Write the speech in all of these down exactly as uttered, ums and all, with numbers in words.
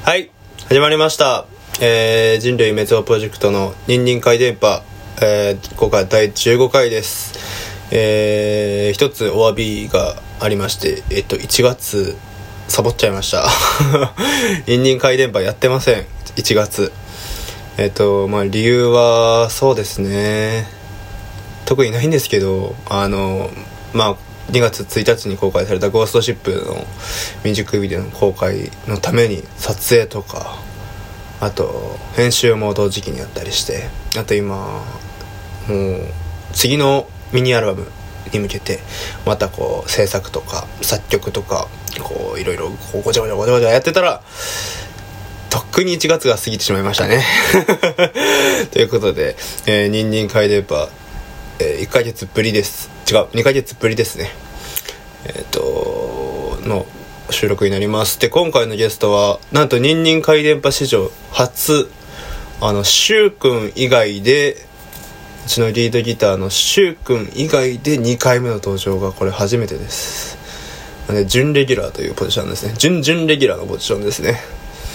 はい、始まりました、えー、人類滅亡プロジェクトのニンニン回電波、えー、今回はだいじゅうごかいです。えー、一つお詫びがありまして、えっといちがつサボっちゃいましたニンニン回電波やってません。いちがつえっとまあ理由はそうですね、特にないんですけど、あのまあにがつついたちに公開されたゴーストシップのミュージックビデオの公開のために撮影とか、あと編集も同時期にやったりして、あと今もう次のミニアルバムに向けてまたこう制作とか作曲とかこういろいろこうごちゃごちゃごちゃごちゃやってたら、とっくにいちがつが過ぎてしまいましたねということで、えー、ニンニン回電波、えー、いっかげつぶりです。違う、にかげつぶりですね。えっとの収録になります。で、今回のゲストはなんとニンニン回電波史上初、あのシュウくん以外で、うちのリードギターのシュウくん以外でにかいめの登場がこれ初めてです。なので準レギュラーというポジションですね。準準レギュラーのポジションですね。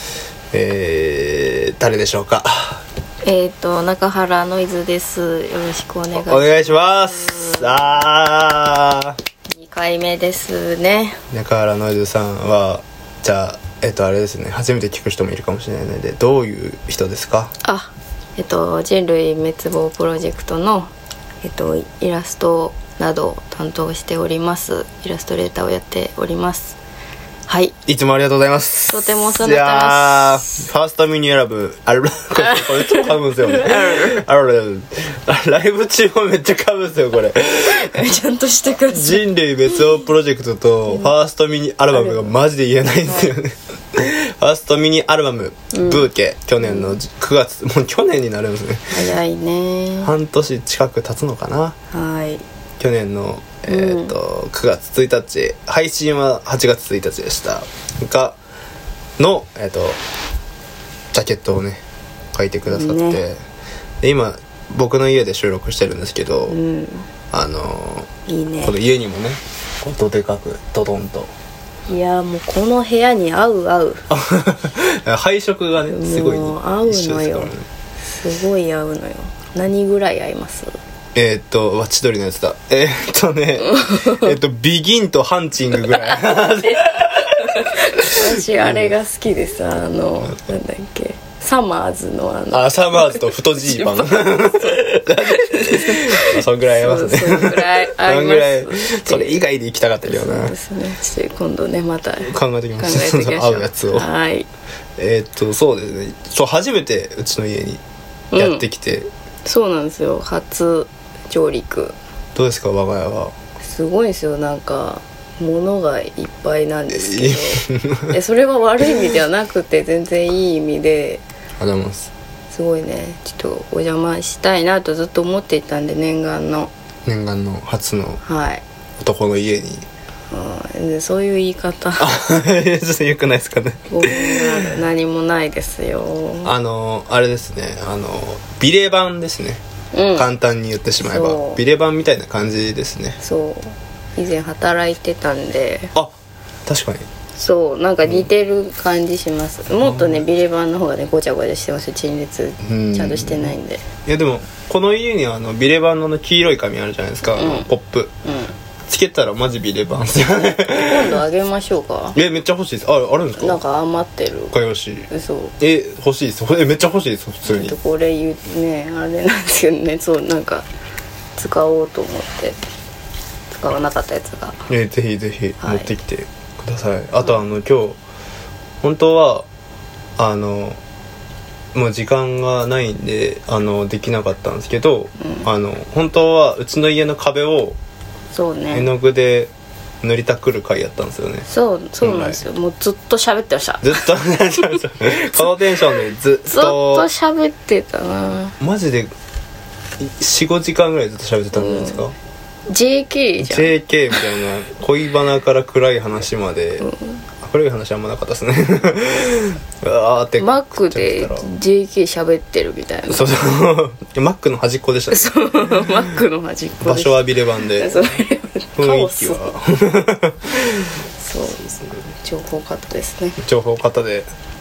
えー、誰でしょうか。 えーと中原ノイズです。よろしくお願いします。 お願いします。あー、 にかいめですね。 中原ノイズさんはじゃあえっとあれですね、初めて聞く人もいるかもしれないので、どういう人ですか？ あ、えっと人類滅亡プロジェクトのえっとイラストなどを担当しております。イラストレーターをやっております。はい、 いつもありがとうございます。 とてもお世話になってます。 いやファーストミニアルバムあれこれこれちょっと噛むんですよねあれライブ中もめっちゃ噛むんですよこれちゃんとしてください。 人類滅亡プロジェクトとファーストミニアルバムがマジで言えないんですよね、はい、ファーストミニアルバム、うん、ブーケ、去年のくがつ、もう去年になるんですね。早いね。 半年近く経つのかな。 はい、 去年のえーとうん、くがつついたち、配信ははちがつついたちでしたがの、えーとジャケットをね書いてくださって、ね、で今僕の家で収録してるんですけど、うん、あのいいね、 この家にもねこうどでかくドドンと、 いやもうこの部屋に合う合う配色がねすごいもう合うのよ、ね、すごい合うのよ。何ぐらい合います？ えー、っとわ千鳥のやつだ。えー、っとねえっとビギンとハンチングぐらい私あれが好きでさ、あのなんだっけ、サマーズのあのあサマーズと太ジーパンそんぐらい合いますね。 そんぐらい合います。 それ以外で行きたかったけどな。 そうですね、今度ねまた考えてきました。合うやつを。 はい、 えー、っとそうですね、そう初めてうちの家にやってきて、うん、 そうなんですよ、初上陸。どうですか我が家は？ すごいですよ、なんか物がいっぱいなんですけどえそれは悪い意味ではなくて全然いい意味で、 ありがとうございます。 すごいね、ちょっとお邪魔したいなとずっと思っていたんで、念願の念願の初のはい男の家に、 はい、でそういう言い方ちょっとよくないですかね。 何もないですよ。 あのあれですね、あのビレ版ですね、うん、簡単に言ってしまえばビレ版みたいな感じですね。 そう以前働いてたんで、 あ確かにそうなんか似てる感じします、うん、もっとねビレ版の方がねごちゃごちゃしてます。陳列ちゃんとしてないんで。 いやでもこの家にはあのビレ版の黄色い紙あるじゃないですか、うん、ポップ、うん、つけたらマジビレ版ですよね今度あげましょうか。 えめっちゃ欲しいです。 あ, あるんですか？ なんか余ってるお返し。 そうえ欲しいです。えめっちゃ欲しいです普通に。 これ言うねあれなんですけどね、そうなんか使おうと思って使わなかったやつが、 えぜひぜひ持ってきてください、はい、あとあの今日本当はあのもう時間がないんであのできなかったんですけど、うん、あの本当はうちの家の壁をそうね絵の具で塗りたくる回やったんですよね。 そうそうなんですよ、もうずっと喋ってました。ずっとこのテンションでずっとずっと喋ってたな。 マジで よん,ご 時間ぐらいずっと喋ってたんじゃないですか、 うん、ジェーケー じゃんジェーケー みたいな恋バナから暗い話まで、うん、暗い話あんまなかったですねあーってマックで ジェーケー 喋ってるみたいな。 そうそうマックの端っこでしたね。 そうマックの端っこで場所はビレ版でそう雰囲気はそうですね、情報型ですね。 情報型で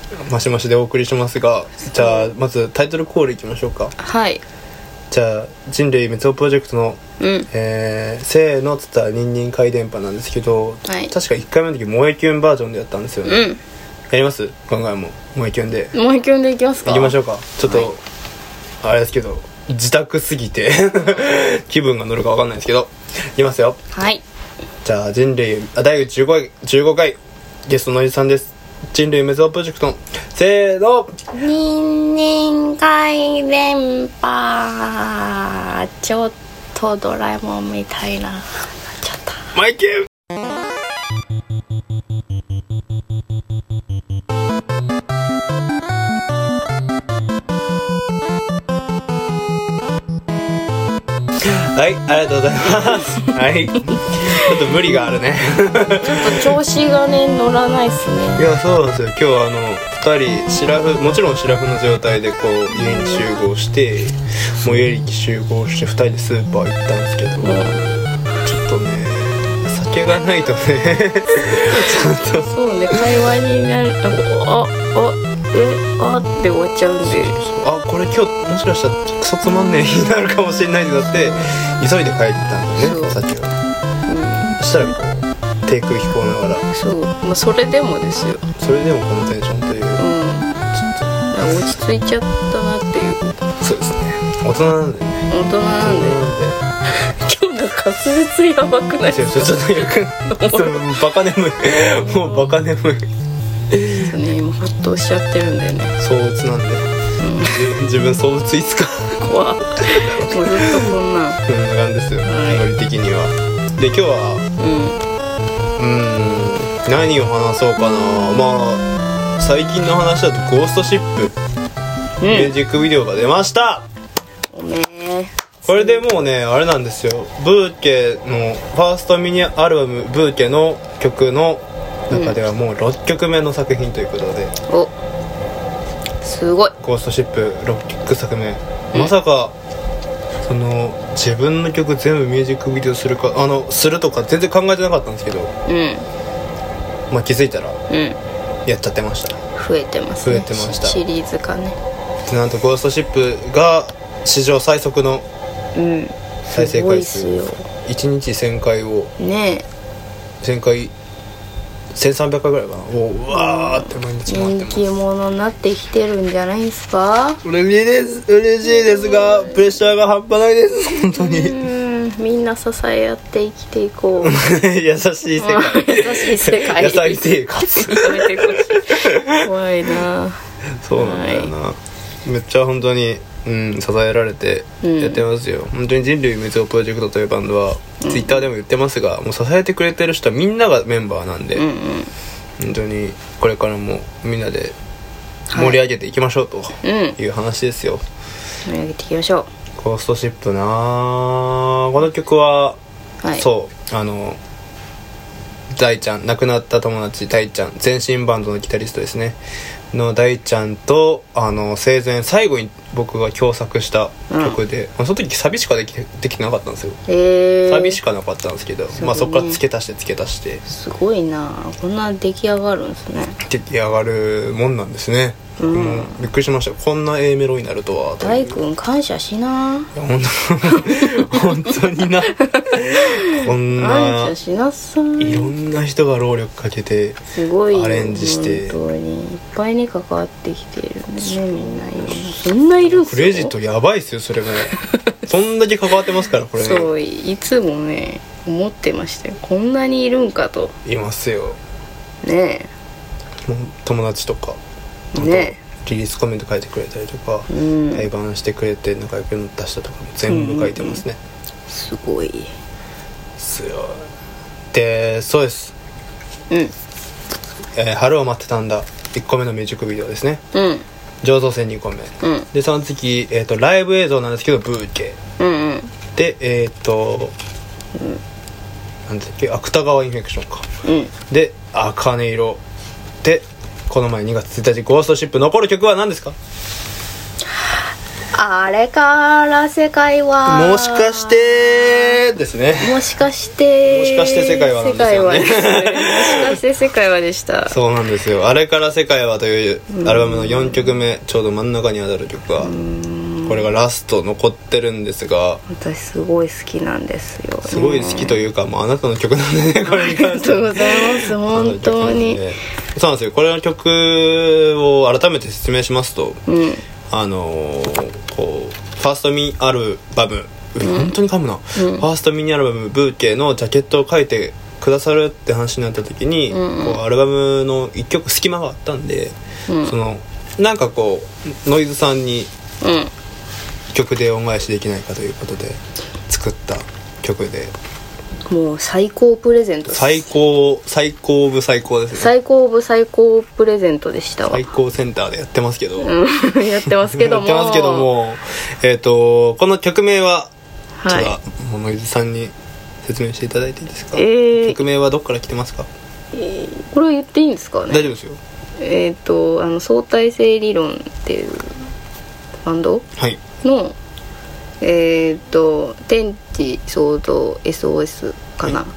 マシマシでお送りしますが、じゃあまずタイトルコールいきましょうか。 はい。 じゃあ人類滅亡プロジェクトの、 うんえー、せーのっつったらニンニン回電波なんですけど、 はい、 確かいっかいめの時萌えキュンバージョンでやったんですよね、うん、やります？今回も萌えキュンで萌えキュンでいきますか？ いきましょうか。ちょっと、はい、あれですけど自宅すぎて気分が乗るか分かんないですけどいきますよ。 はい。 じゃあ人類あだいじゅうごかいゲストのおじさんです。人類滅亡プロジェクトのせーのニンニン回電波。ちょっとドラえもんみたいななっちゃった。 マイキュン。はい、ありがとうございますはいちょっと無理があるねちょっと調子がね乗らないっすね。 いやそうなんですよ。今日はあのふたりシラフもちろんシラフの状態でこう家に集合して最寄りに集合してふたりでスーパー行ったんですけど、うん、ちょっとね酒がないとねちょっとそうね会話になるああえあって終わっちゃうんで、 あこれ今日もしかしたらクソつまんねえ日になるかもしれないってなって急いで帰ってたんだよねさっきは、うん、そしたらこう低空飛行ながらそう、まあ、それでもですよ。 それでもこのテンションという、うん、ちょっと落ち着いちゃったなっていう。 そうですね大人なんでね大人なんで今日の滑舌やばくないですか？ ちょっとよくバカ眠いもうバカ眠いちょっとね今ホッとしちゃってるんだよね。 躁鬱なんで、うん、自分躁鬱いつか怖もうずっとこんなこんな感じですよ、はい、ノリ的には。で今日はうんうん何を話そうかな。まあ最近の話だとゴーストシップ、うん、ミュージックビデオが出ました。 おめーこれでもうねあれなんですよ。ブーケのファーストミニアルバムブーケの曲の中ではもうろっきょくめの作品ということで、 うん、おすごいゴーストシップろっきょくさくめ、うん、まさかその自分の曲全部ミュージックビデオするかあのするとか全然考えてなかったんですけど、 うん、 まあ気づいたら、 うん、 やっちゃってました。 増えてますね。 増えてました。 シリーズ化ね。 でなんとゴーストシップが史上最速の再生回数、うん、いちにちせんかいをねえせんかいせんさんびゃっかいぐらいかな。もううわーって毎日回ってます。 人気者になってきてるんじゃないですか？ 嬉しいです嬉しいですがプレッシャーが半端ないです本当に。 うんみんな支え合って生きていこう優しい世界優しい世界優しい生活やめてほしい怖いな。 そうなんだよな、はい、めっちゃ本当にうん、支えられてやってますよ、うん、本当に人類滅亡プロジェクトというバンドは、うん、ツイッターでも言ってますがもう支えてくれてる人はみんながメンバーなんで、うんうん、本当にこれからもみんなで盛り上げていきましょうという話ですよ、 うん、盛り上げていきましょう。 ゴーストシップなこの曲は、はい、そうあの大ちゃん亡くなった友達大ちゃん前身バンドのギタリストですねの大ちゃんとあの生前最後に僕が共作した曲で、うんまあ、その時サビしかできて、できてなかったんですよ、 えー、 サビしかなかったんですけど、ねまあ、そこから付け足して付け足してすごいなこんな出来上がるんですね。 出来上がるもんなんですね、うん、もうびっくりしましたこんな A メロになるとは。 大君感謝しな。 いや本当になこんな感謝しなさい。 いろんな人が労力かけてすごいアレンジして本当にいっぱいに関わってきてるんでねみんな。そんないるんすよ。 クレジットやばいっすよそれもそんだけ関わってますからこれ、ね、 そういつもね思ってましたよこんなにいるんかと。 いますよねえもう友達とかねリリースコメント書いてくれたりとか、うん、対バンしてくれて仲良く出したとかも全部書いてますね、うんうん、すごいすごいでそうです、 うんえー、春を待ってたんだいっこめのミュージックビデオですね、 うん醸造船にこめ、 うん、 でその次、えー、とライブ映像なんですけどブーケ、 うんうん、 でえっ、ー、と、うん、なんだっけ芥川インフェクションか、 うん、 で茜色でこの前にがつついたちゴーストシップ残る曲は何ですか？ あれから世界はもしかしてですね。 もしかしてもしかして世界はなんですよね。 世界はですねもしかして世界はでしたそうなんですよ。あれから世界はというアルバムのよんきょくめ、ちょうど真ん中に当たる曲がこれがラスト残ってるんですが、 私すごい好きなんですよ、ね、 すごい好きというか、もうあなたの曲なんでね、これに関しては。 ありがとうございます本当に。 そうなんですよ。これの曲を改めて説明しますと、 うん、 あのー、こうファーストミニアルバム、うん、本当に噛むな、うん、ファーストミニアルバムブーケのジャケットを書いてくださるって話になった時に、うんうん、こうアルバムのいっきょく隙間があったんで、うん、そのなんかこうノイズさんに曲で恩返しできないかということで作った曲で、 もう最高プレゼントです。 最高最高部最高ですね。 最高部最高プレゼントでしたわ。 最高センターでやってますけど、 うん、やってますけどもやってますけども、えーとこの曲名は、 はい、 ちょっともうノイズさんに説明していただいていいですか。 えー、 曲名はどっから来てますか。 えー、これは言っていいんですかね。 大丈夫ですよ。 えっ、ー、とあの相対性理論っていうバンドの、はい、えっ、ー、と天地創造 エスオーエス かな、はい、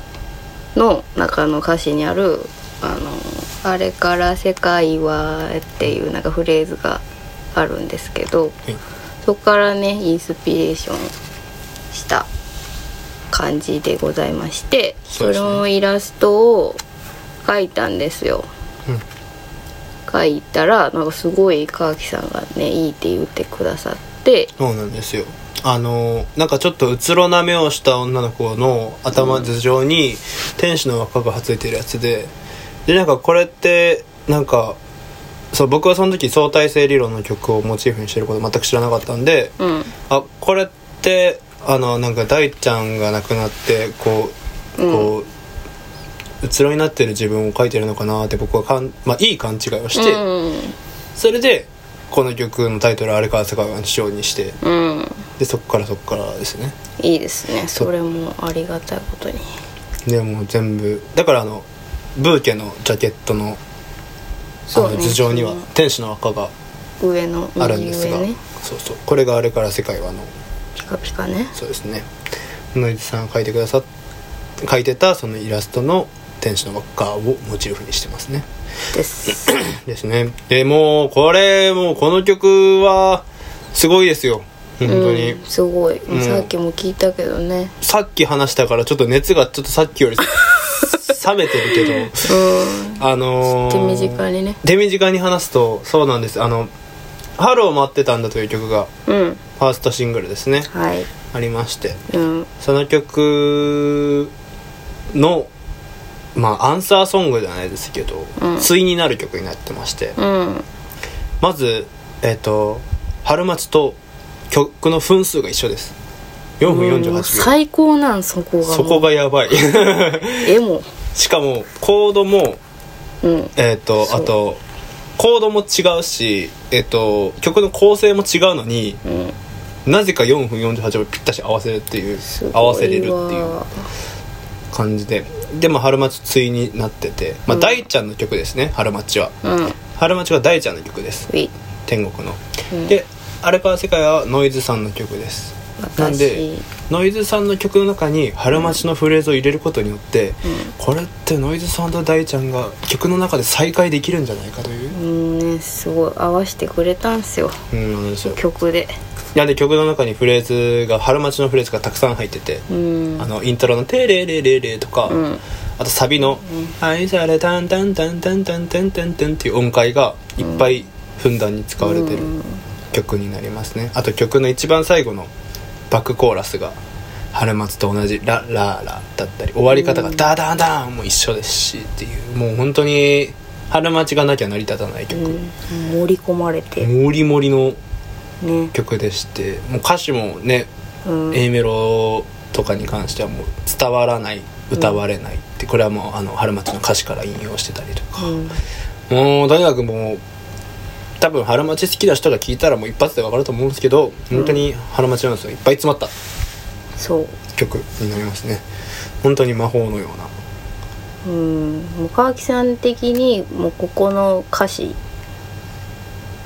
の中の歌詞にあるあのあれから世界はっていうなんかフレーズがあるんですけど、はい、そこからねインスピレーションした感じでございまして、それのイラストを描いたんですよ、うん、描いたらなんかすごい川木さんがねいいって言ってくださって。 そうなんですよ。あのなんかちょっとうつろな目をした女の子の頭上に天使の輪っかがはついてるやつで、でなんかこれってなんかそう僕はその時相対性理論の曲をモチーフにしてること全く知らなかったんで、うん、あこれってあのなんか大ちゃんが亡くなってこう、うん、こううつろになってる自分を描いてるのかなって僕はかん、まあ、いい勘違いをして、うん、それでこの曲のタイトルあれから世界はにしようにして、うん、でそこからそこからですね。 いいですね。それもありがたいことに。 でも全部だからあのブーケのジャケットの、あの頭上には天使の輪っかが上のあるんですが、ね、そうそうこれがあれから世界はのピカピカね。 そうですね。ノイズさんが描いてくださっ描いてたそのイラストの天使の輪っかをモチーフにしてますね。 ですですね。でもうこれもうこの曲はすごいですよ本当に、 うん、すごい。さっきも聞いたけどね。 さっき話したからちょっと熱がちょっとさっきより冷めてるけど、うん、あのー、 手短にね手短に話すとそうなんです。あの春を待ってたんだという曲が、うん、ファーストシングルですね、 はい、 ありまして、 うん、 その曲のまあアンサーソングじゃないですけど、うん、対になる曲になってまして、うん、まずえっ、ー、と春待ちと曲の分数が一緒です。よんぷんよんじゅうはちびょう。 最高なん。そこがそこがやばい絵もしかもコードも、うん、えっ、ー、とあとコードも違うし、えっ、ー、と曲の構成も違うのに、うん、なぜかよんぷんよんじゅうはちびょうぴったし合わせるっていう合わせれるっていう感じで、でも春待ち対になってて、まあうん、大ちゃんの曲ですね。春待ちは、うん、春待ちは大ちゃんの曲です。天国の、うん、であれから世界はノイズさんの曲です。なんでノイズさんの曲の中に春待ちのフレーズを入れることによって、うん、これってノイズさんと大ちゃんが曲の中で再会できるんじゃないかという、 うんね、すごい合わせてくれたんですよ、 うん、なんですよ曲で。 なんで曲の中にフレーズが春待ちのフレーズがたくさん入ってて、うん、あのイントロのテレレレレとか、うん、あとサビの「愛されタンタンタンタンタンタンタンタン」っていう音階がいっぱいふんだんに使われてる曲になりますね。あと曲の一番最後のバックコーラスが春松と同じラララだったり、終わり方がダダダンも一緒ですしっていう、もう本当に春待ちがなきゃ成り立たない曲、うん、 盛り込まれて盛り盛りの曲でして、ね、もう歌詞もね、うん、A メロとかに関してはもう伝わらない、歌われないって、これはもうあの春松の歌詞から引用してたりとか、うん、もうとにかくもう多分春待ち好きな人が聞いたらもう一発で分かると思うんですけど、本当に春待ちなんですよ。いっぱい詰まったそう曲になりますね。本当に魔法のような。 うん、もう川木さん的にもうここの歌詞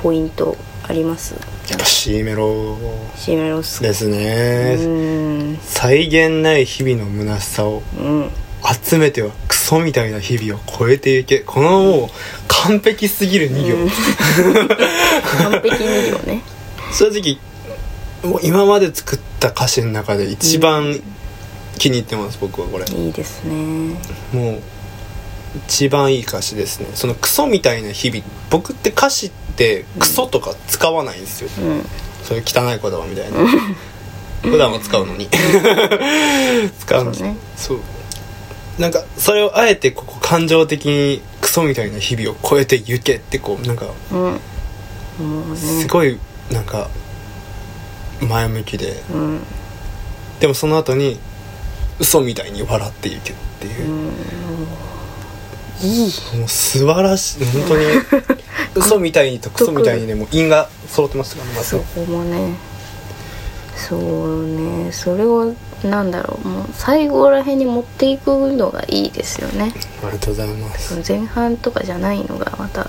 ポイントあります？ やっぱ C メロ C メロですね。 うん際限ない日々の虚しさを集めてはクソみたいな日々を超えていけ。このもう完璧すぎるに行、うん、 完璧に行ね。 正直もう今まで作った歌詞の中で一番気に入ってます、うん、僕はこれ。 いいですね。 もう一番いい歌詞ですね。そのクソみたいな日々、僕って歌詞ってクソとか使わないんですよ、うん、そういう汚い言葉みたいな普段は使うのに使うんです。そう、なんかそれをあえてここ感情的にクソみたいな日々を超えてゆけってこうなんか、うんうんね、すごいなんか前向きで、うん、でもその後に嘘みたいに笑っていけっていう、うん、もう素晴らしい本当に嘘みたいにとクソみたいにね、もう韻が揃ってますからね。 そこもね、そうね、それをなんだろう、もう最後らへんに持っていくのがいいですよね。 ありがとうございます。 前半とかじゃないのがまた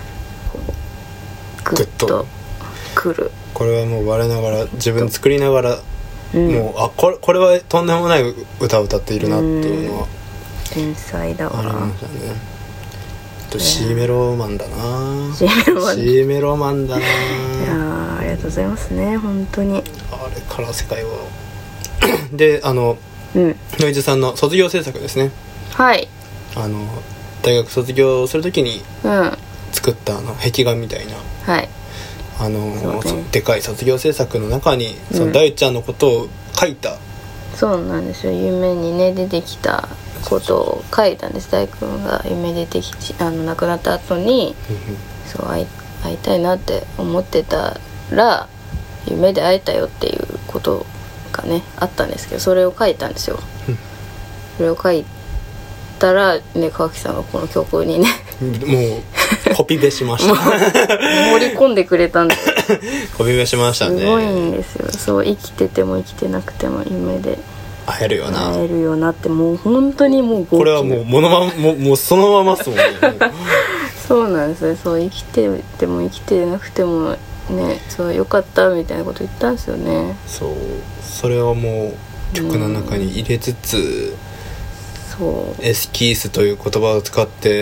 グッとくる。 これはもう我ながら自分作りながら、うん、もうあこれこれはとんでもない歌を歌っているなっていうのは天才だわ。 ありましたね。と C メロマンだな。 C メロマン C メロマンだな。いやありがとうございますね本当に。 あれから世界をであの、うん、ノイズさんの卒業制作ですね。 はい。 あの大学卒業するときに作ったあの壁画みたいな、 はい、 あの、ね、でかい卒業制作の中にその大ちゃんのことを書いた、うん、 そうなんですよ。夢にね出てきたことを書いたんです。大君が夢出てきてあの亡くなった後にそう会い、会いたいなって思ってたら夢で会えたよっていうことがねあったんですけど、それを書いたんですよ。それを書いたらね、川木さんがこの曲にねもうコピペしました盛り込んでくれたんでコピペしましたね。 すごいんですよ。そう生きてても生きてなくても夢で会えるよな会えるよなって、もう本当にもうこれはもうものまももうそのままっすもんねそうなんですよ。そう生きてても生きてなくてもね、そうよかったみたいなこと言ったんですよね。 そうそれはもう曲の中に入れつつ、うん、そうエスキースという言葉を使って、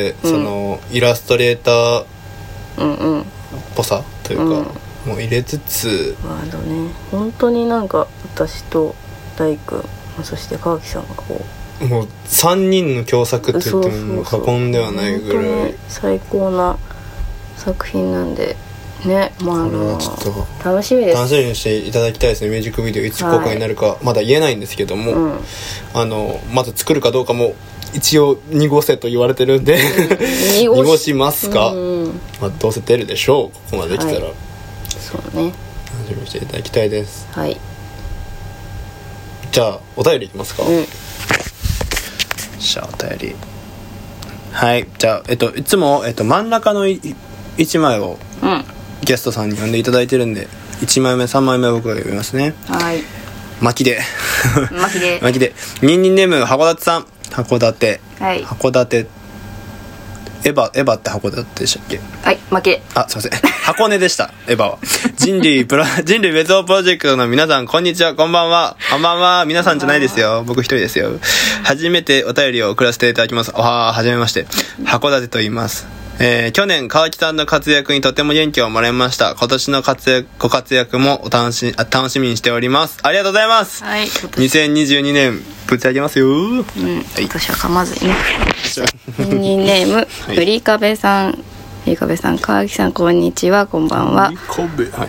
うん、そのイラストレーターっぽさというか、うんうん、もう入れつつワードね、本当になんか私と大君そして川木さんがこうもうさんにんの共作って言っても過言ではないぐらい本当に最高な作品なんでね、まあ、 これはちょっと楽しみです。 楽しみにしていただきたいですね。ミュージックビデオいつ公開になるかまだ言えないんですけども、うん、あのまず作るかどうかも一応濁せと言われてるんで濁しますか、うんまあ、どうせ出るでしょうここまでできたら、はい、 そうね楽しみにしていただきたいです。 はい。 じゃあお便りいきますか、うん、じゃあお便りはいじゃあ、えっと、いつも、えっと、真ん中のいちまいを、うんゲストさんに呼んでいただいてるんでいちまいめさんまいめ僕が呼びますね。 はい巻きで巻きで巻きでニンニンネーム函館さん。函館、 はい、 函館エヴァエヴァって函館でしたっけ。 はい負けあすいません箱根でしたエヴァは人類プロ人類滅亡プロジェクトの皆さんこんにちはこんばんは。こんばんは。皆さんじゃないですよ僕一人ですよ。初めてお便りを送らせていただきます。あはじめまして函館と言います。えー、去年川木さんの活躍にとても元気をもらいました。今年の活躍ご活躍もお楽し楽しみにしております。ありがとうございます、 はい、 にせんにじゅうにねんぶち上げますよ、うんはい、今年は噛まずにねニンネームうりかべさん。うりかべさん川木さんこんにちはこんばんは。はい、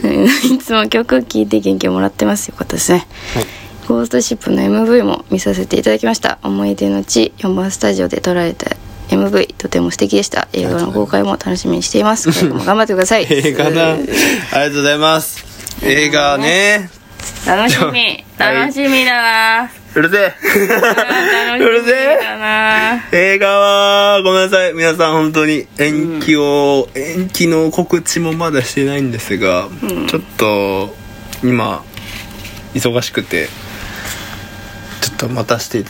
いつも曲聴いて元気をもらってます。よかったですね、はい、ゴーストシップの エムブイ も見させていただきました。思い出の地よんばんスタジオで撮られたエムブイ とても素敵でした。映画の公開も楽しみにしています。これも頑張ってください映画なありがとうございます。映画ね楽しみ楽しみだな。 うるせえうるせえ映画はごめんなさい皆さん本当に延期を、うん、延期の告知もまだしてないんですが、うん、ちょっと今忙しくてちょっと待たせて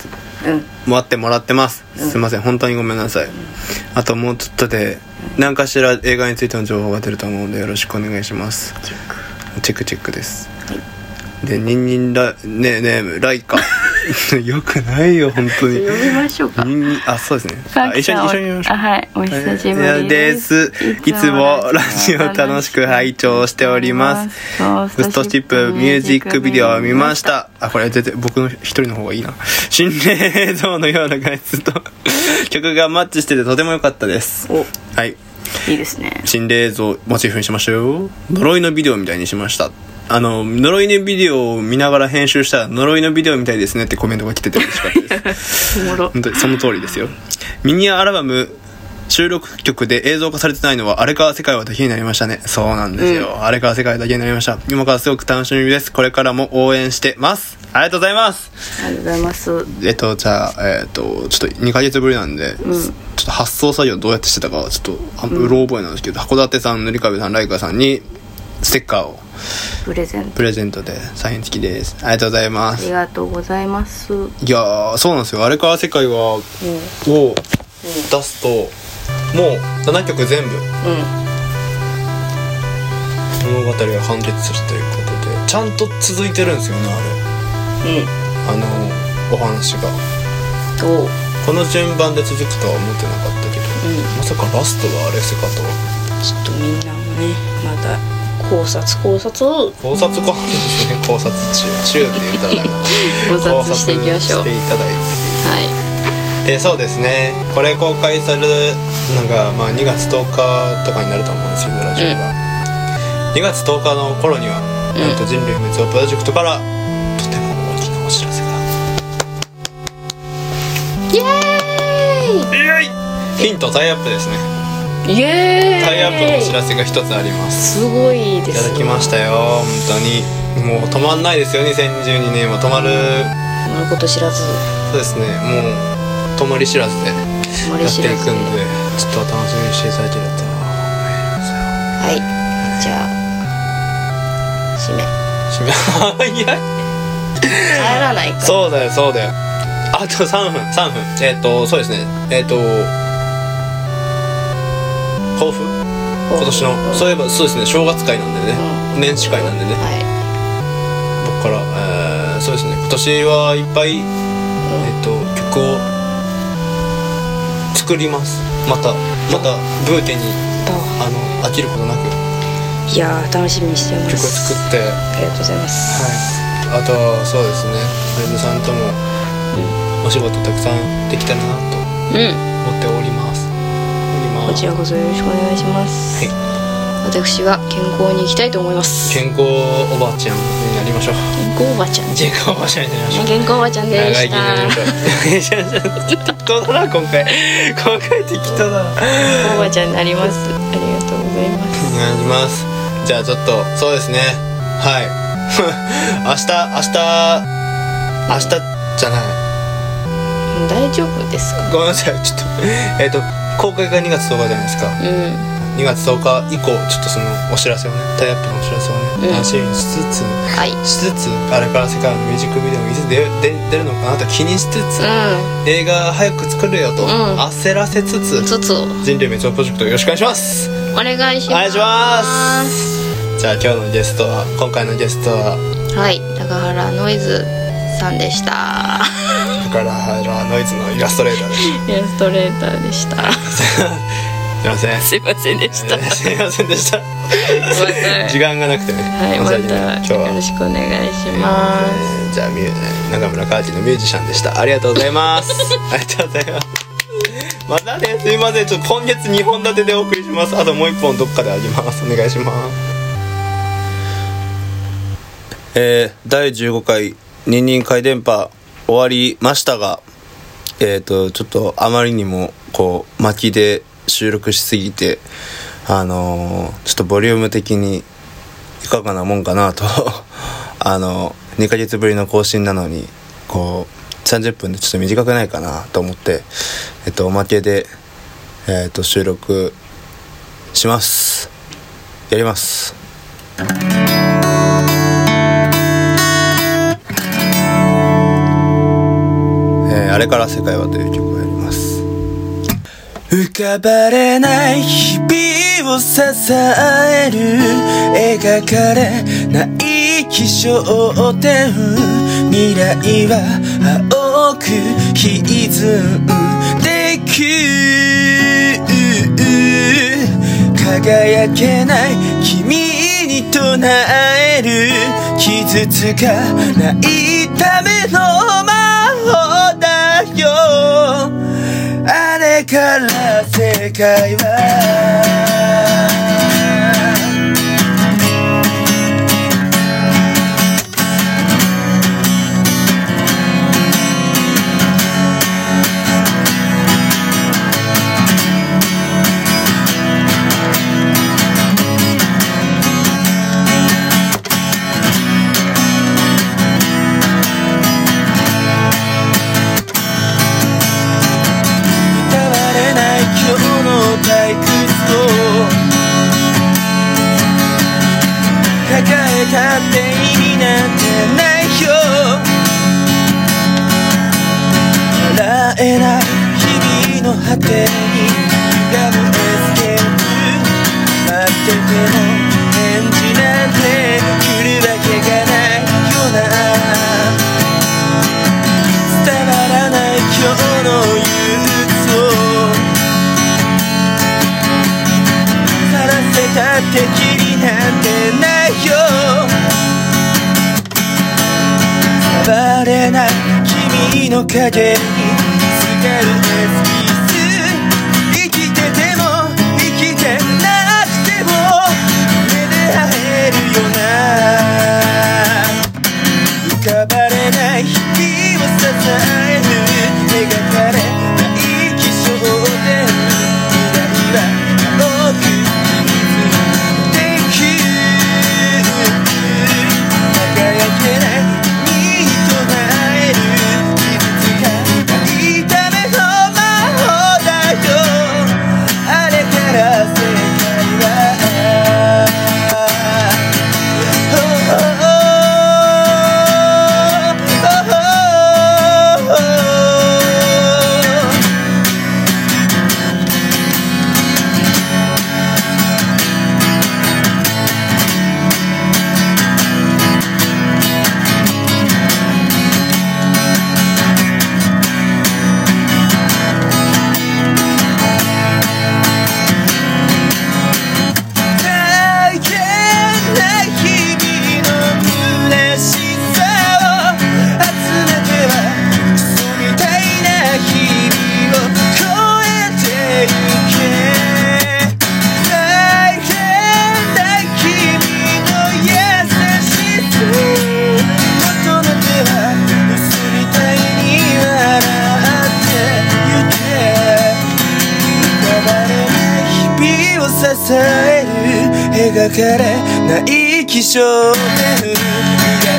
待ってもらってます、うん、すいません本当にごめんなさい、うん、あともうちょっとで何かしら映画についての情報が出ると思うのでよろしくお願いします。チェックチェックチェックです、はい、でニンニンラねえねえライカよくないよ本当に読みましょうか。 あそうですねあ一緒に一緒に読みましょう。 はいお久しぶりです。いつもラジオ楽しく拝聴しております。グストチップミュージックビデオを見ました。あこれ全然僕の一人の方がいいな。心霊映像のような画質と曲がマッチしててとても良かったです。 おはいいいですね。 心霊映像モチーフにしましたよ。呪いのビデオみたいにしました。あの呪いのビデオを見ながら編集したら呪いのビデオみたいですねってコメントが来てて嬉しかったですおもろ本当にその通りですよ。ミニアルバム収録曲で映像化されてないのはあれから世界はだけになりましたね。そうなんですよ、うん、あれから世界だけになりました。今からすごく楽しみです。これからも応援してます。ありがとうございます。 ありがとうございます。 えっとじゃあえっとちょっとにかげつぶりなんで、うん、ちょっと発送作業どうやってしてたかはちょっとうろ覚えなんですけど、うん、函館さん、塗り壁さん、ライカさんにステッカーをプレゼントプレゼントでサイン付きです。ありがとうございます。 ありがとうございます。 いやそうなんですよ。あれから世界は、うん、を出すと、うん、もうななきょく全部、うん、物語が完結するということでちゃんと続いてるんですよねあれ、うん、あのお話がおこの順番で続くとは思ってなかったけど、うん、まさかラストがあれせかとは。 ちょっとみんなもねまだ考察考察考察か考察中中って言ったら考察していきましょう。 していただいてはいでそうですねこれ公開されるのが、まあ、にがつとおかとかになると思うんですよラジオが、うん、にがつとおかの頃には、うん、なんと人類滅亡プロジェクトからとても大きなお知らせがイエーイイエーイヒントタイアップですね。 イエーイタイアップのお知らせが一つあります。 すごいです。 いただきましたよ本当に。もう止まんないですよ。にせんにじゅうにねんは止まる止まること知らず。 そうですねもう止まり知らずでやっていくんでちょっとお楽しみにしていただけると思います。 はいじゃあ締め締めいや帰らないか。 そうだよそうだよあとさんぷんさんぷんえっ、ー、とそうですねえっ、ー、と抱負今年のそういえばそうですね正月会なんでね、うん、年始会なんでね、はい、僕から、えー、そうですね今年はいっぱい、うんえー、と曲を作ります。またまたブーテにあの飽きることなくいやー楽しみにしてます。 曲を作ってありがとうございます、 はい、あとはそうですねフレンドさんともお仕事たくさんできたらなと思っております、うんこちらこそよろしくお願いします、はい、私は健康に行きたいと思います。 健康おばあちゃんになりましょう。 健康おばあちゃん健康おばあちゃんになりましょう。 健康おばあちゃんでした。 長生きになりましょう適当だな今回今回適当だなおばあちゃんになります。ありがとうございます。 お願いします。じゃあちょっとそうですねはい明日明日明日じゃない大丈夫ですか。 ごめんなさいちょっとえっ、ー、と公開がにがつとおかじゃないですか、うん、にがつとおか以降ちょっとそのお知らせをねタイアップのお知らせをね、うん、楽しみにしつつ、はい、しつつあれから世界のミュージックビデオいつ出る、出るのかなと気にしつつ、うん、映画早く作るよと、うん、焦らせつつつつ人類滅亡プロジェクトよろしくお願いします。 お願いします。 お願いします。じゃあ今日のゲストは今回のゲストははい高原ノイズさんでした。 高原ノイズのイラストレーターです。 イラストレーターでしたすいませんすいませんでした、 えー、すいませんでした時間がなくてねはいまた今日はよろしくお願いします、 えー、じゃあ中村カーティのミュージシャンでした。ありがとうございますありがとうございますまたねすいませんちょっと今月にほん立てでお送りします。あともういっぽんどっかであげます。お願いします。えー、だいじゅうごかいニンニン回電波終わりましたがえーとちょっとあまりにもこう巻きで収録しすぎてあのー、ちょっとボリューム的にいかがなもんかなとあのー、にかげつぶりの更新なのにこうさんじゅっぷんでちょっと短くないかなと思ってえっとおまけでえーと収録します。やります。 あれから世界はという曲をやります。 浮かばれない日々を支える描かれない気象点、未来は青く歪んでく、輝けない君に唱える、傷つかないための魔法だよ。あれから世界は退屈を抱えたって意味なんてないよ。笑えない日々の果てに歪むエスケープ、待ってても返事なんて来るわけがないよな。伝わらない今日の憂鬱をだってきりなんてないよ。触れない君の影にすがるエスキス、生きてても生きてなくても目で会えるよな。浮かばれない日々を支える描かれない気象点、未来は青く支える描かれない気象点、